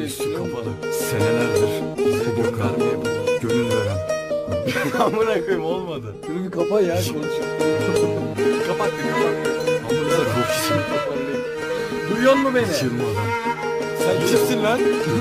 üstü kapalı. Senelerdir bize gök vermeye gönül veren. Amına koyayım olmadı. Şunu bir kapa ya konuş. Kapat bir kapat. Amına ruh işimi. Duyuyor musun beni? Çırmadan. Sen kimsin lan?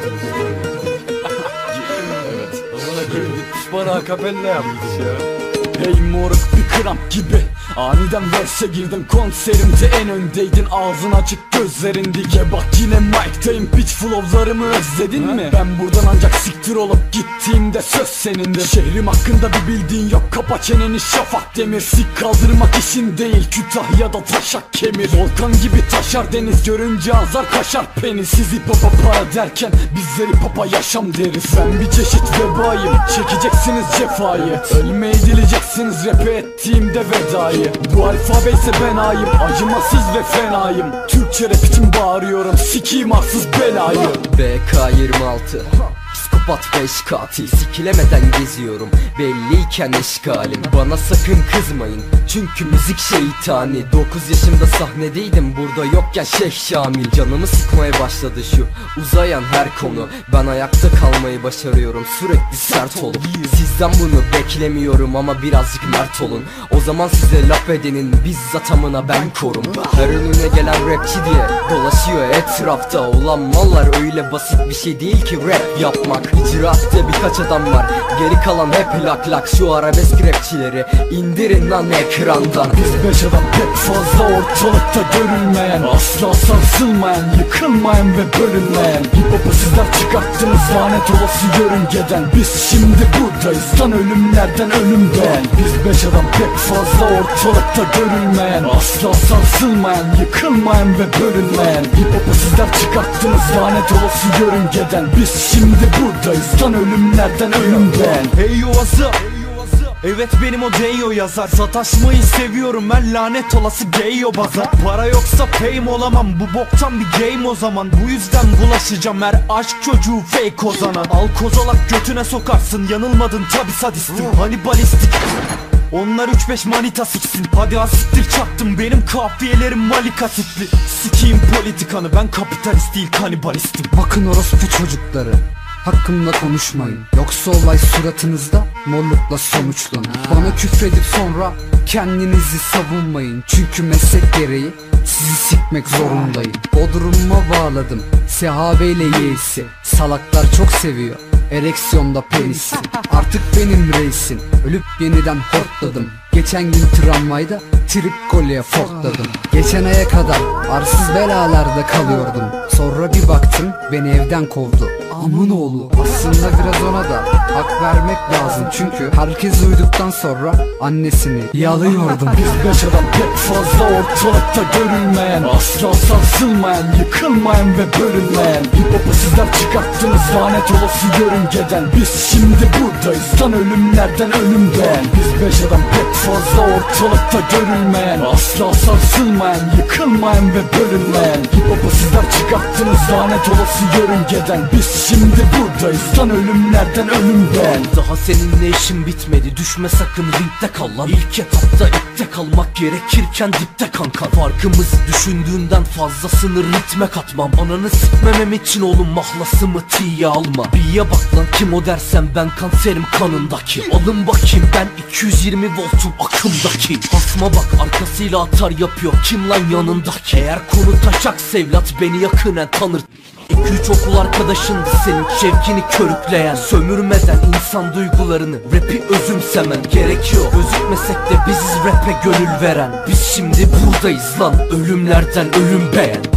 Evet. Amına koyayım gitmiş bana akapella yapmış ya. Hey moruk bir kramp gibi aniden verse girdim konserimde en öndeydin ağzın açık gözlerin dike bak yine mic'tayım pitch flow'larımı özledin mi? Ben buradan ancak siktir olup gittiğimde söz senindir. Şehrim hakkında bir bildiğin yok kapa çeneni Şafak Demir. Sik kaldırmak işin değil Kütahya'da taşak kemir. Volkan gibi taşar deniz görünce azar kaşar penis. Sizi papa para derken bizleri papa yaşam deriz. Ben bir çeşit vebayım çekeceksiniz cefayı. Ölmeyi dileyeceksiniz rap ettiğimde vedayı. Bu alfabe ise ben ayım acımasız ve fenayım. Türkçe rap için bağırıyorum sikiyim arsız belayı. BK26 Psikopat 5 katil sikilemeden geziyorum belliyken eşkalim. Bana sakın kızmayın çünkü müzik şeytani. 9 yaşımda sahnedeydim burada yokken Şeyh Şamil. Canımı sıkmaya başladı şu uzayan her konu. Ben ayakta kalmayı başarıyorum sürekli sert olup. Sizden bunu beklemiyorum ama birazcık mert olun. O zaman size laf edenin bizzat amına ben korum. Her önüne gelen rapçi diye dolaşıyor etrafta. Ulan mallar öyle basit bir şey değil ki rap yapmak. İcraatte birkaç adam var geri kalan hep lak lak. Şu arabesk rapçileri indirin lan ekrandan. Biz beş adam pek fazla ortalıkta görülmeyen, asla sarsılmayan, yıkılmayan ve bölünmeyen. Hip hop'u sizler çıkarttınız lanet olası yörüngeden. Biz şimdi buradayız lan ölümlerden ölümden. Biz beş adam pek fazla ortalıkta görülmeyen, asla sarsılmayan, yıkılmayan ve bölünmeyen. Hip hop'u sizler çıkarttınız lanet olası yörüngeden. Biz şimdi buradayız lan ölümlerden ölümden. Hey yo what's up? Evet benim o Deyo yazar. Sataşmayı seviyorum ben lanet olası geyo bazar. Para yoksa fame olamam bu boktan bir game o zaman. Bu yüzden bulaşacağım her aşk çocuğu fake ozana. Al kozalak götüne sokarsın yanılmadın tabi sadistim. Hani balistik onlar 3-5 manita siksin. Hadi asiktir çaktım benim kafiyelerim malika tipli. Sikiyim politikanı ben kapitalist değil kanibalistim. Bakın orospu çocukları hakkımda konuşmayın, yoksa olay suratınızda morlukla sonuçlanır. Bana küfredip sonra kendinizi savunmayın, çünkü meslek gereği sizi sikmek zorundayım. Bodrum'uma bağladım sehabeyle yeğisi. Salaklar çok seviyor ereksiyonda penisi. Artık benim reisim ölüp yeniden hortladım. Geçen gün tramvayda trip kolye fortladım. Geçen aya kadar arsız belalarda kalıyordum. Sonra bir baktım beni evden kovdu amın oğlu. Aslında biraz ona da hak vermek lazım, çünkü herkes uyuduktan sonra annesini yalıyordum. Biz beş adam pek fazla ortalıkta görülmeyen, asla sarsılmayan, yıkılmayan ve bölünmeyen. Hip hop'u sizler çıkarttınız lanet olası yörüngeden. Biz şimdi buradayız lan ölümlerden ölümden. Biz beş adam pek fazla ortalıkta görülmeyen, asla sarsılmayan, yıkılmayan ve bölünmeyen. Hip hop'u sizler çıkarttınız lanet olası yörüngeden. Biz şimdi buradayız lan ölümlerden ölümden. Daha seninle işim bitmedi düşme sakın ringde kal lan. İlk etapta ipte kalmak gerekirken dipte kanka. Farkımız düşündüğünden fazlasını ritme katmam. Ananı sikmemem için oğlum mahlasımı tiye alma. Biye bak lan kim o dersen ben kanserim kanındaki. Alın bakayım ben 220 voltum akımdaki. Hasma bak arkasıyla atar yapıyor kim lan yanındaki. Eğer konu taşaksa evlat beni yakinen tanır. 2-3 okul arkadaşındı senin şevkini körükleyen. Sömürmeden insan duygularını rapi özümsemen gerekiyor. Gözükmesek de biziz rap'e gönül veren. Biz şimdi buradayız lan ölümlerden ölüm beğen.